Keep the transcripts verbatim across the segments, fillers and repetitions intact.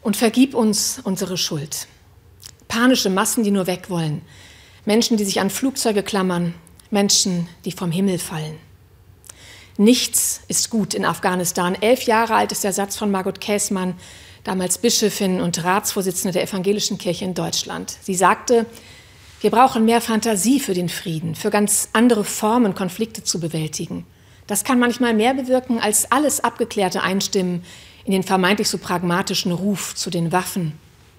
Und vergib uns unsere Schuld. Panische Massen, die nur weg wollen. Menschen, die sich an Flugzeuge klammern. Menschen, die vom Himmel fallen. Nichts ist gut in Afghanistan. Elf Jahre alt ist der Satz von Margot Käßmann, damals Bischöfin und Ratsvorsitzende der Evangelischen Kirche in Deutschland. Sie sagte, wir brauchen mehr Fantasie für den Frieden, für ganz andere Formen, Konflikte zu bewältigen. Das kann manchmal mehr bewirken als alles abgeklärte Einstimmen in den vermeintlich so pragmatischen Ruf zu den Waffen.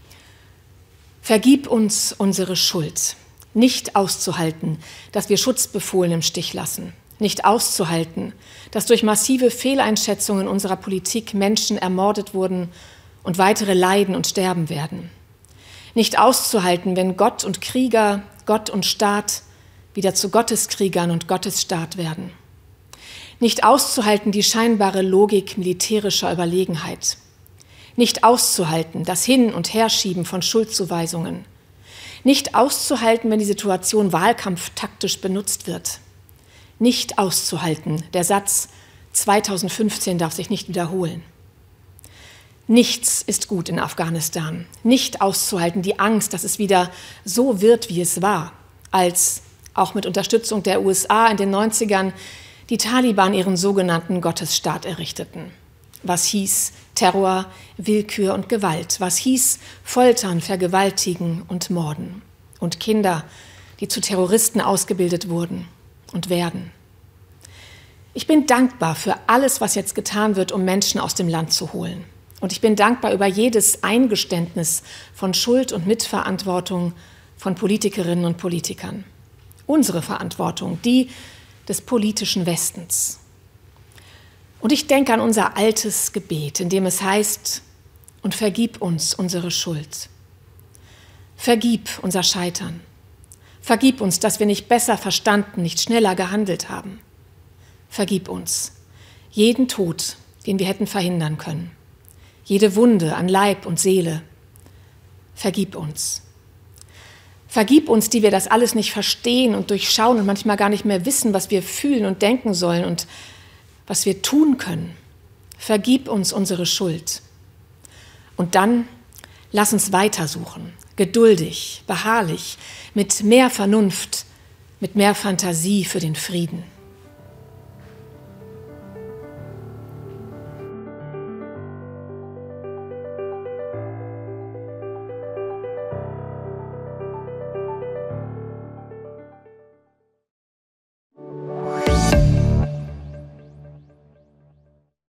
Vergib uns unsere Schuld. Nicht auszuhalten, dass wir Schutzbefohlene im Stich lassen. Nicht auszuhalten, dass durch massive Fehleinschätzungen unserer Politik Menschen ermordet wurden und weitere leiden und sterben werden. Nicht auszuhalten, wenn Gott und Krieger, Gott und Staat wieder zu Gotteskriegern und Gottesstaat werden. Nicht auszuhalten die scheinbare Logik militärischer Überlegenheit. Nicht auszuhalten das Hin- und Herschieben von Schuldzuweisungen. Nicht auszuhalten, wenn die Situation wahlkampftaktisch benutzt wird. Nicht auszuhalten, der Satz zweitausendfünfzehn darf sich nicht wiederholen. Nichts ist gut in Afghanistan. Nicht auszuhalten die Angst, dass es wieder so wird, wie es war, als auch mit Unterstützung der U S A in den neunzigern die Taliban ihren sogenannten Gottesstaat errichteten. Was hieß Terror, Willkür und Gewalt? Was hieß Foltern, Vergewaltigen und Morden? Und Kinder, die zu Terroristen ausgebildet wurden und werden. Ich bin dankbar für alles, was jetzt getan wird, um Menschen aus dem Land zu holen. Und ich bin dankbar über jedes Eingeständnis von Schuld und Mitverantwortung von Politikerinnen und Politikern. Unsere Verantwortung, die des politischen Westens. Und ich denke an unser altes Gebet, in dem es heißt, und vergib uns unsere Schuld. Vergib unser Scheitern. Vergib uns, dass wir nicht besser verstanden, nicht schneller gehandelt haben. Vergib uns jeden Tod, den wir hätten verhindern können. Jede Wunde an Leib und Seele. Vergib uns. Vergib uns, die wir das alles nicht verstehen und durchschauen und manchmal gar nicht mehr wissen, was wir fühlen und denken sollen und was wir tun können. Vergib uns unsere Schuld. Und dann lass uns weitersuchen, geduldig, beharrlich, mit mehr Vernunft, mit mehr Fantasie für den Frieden.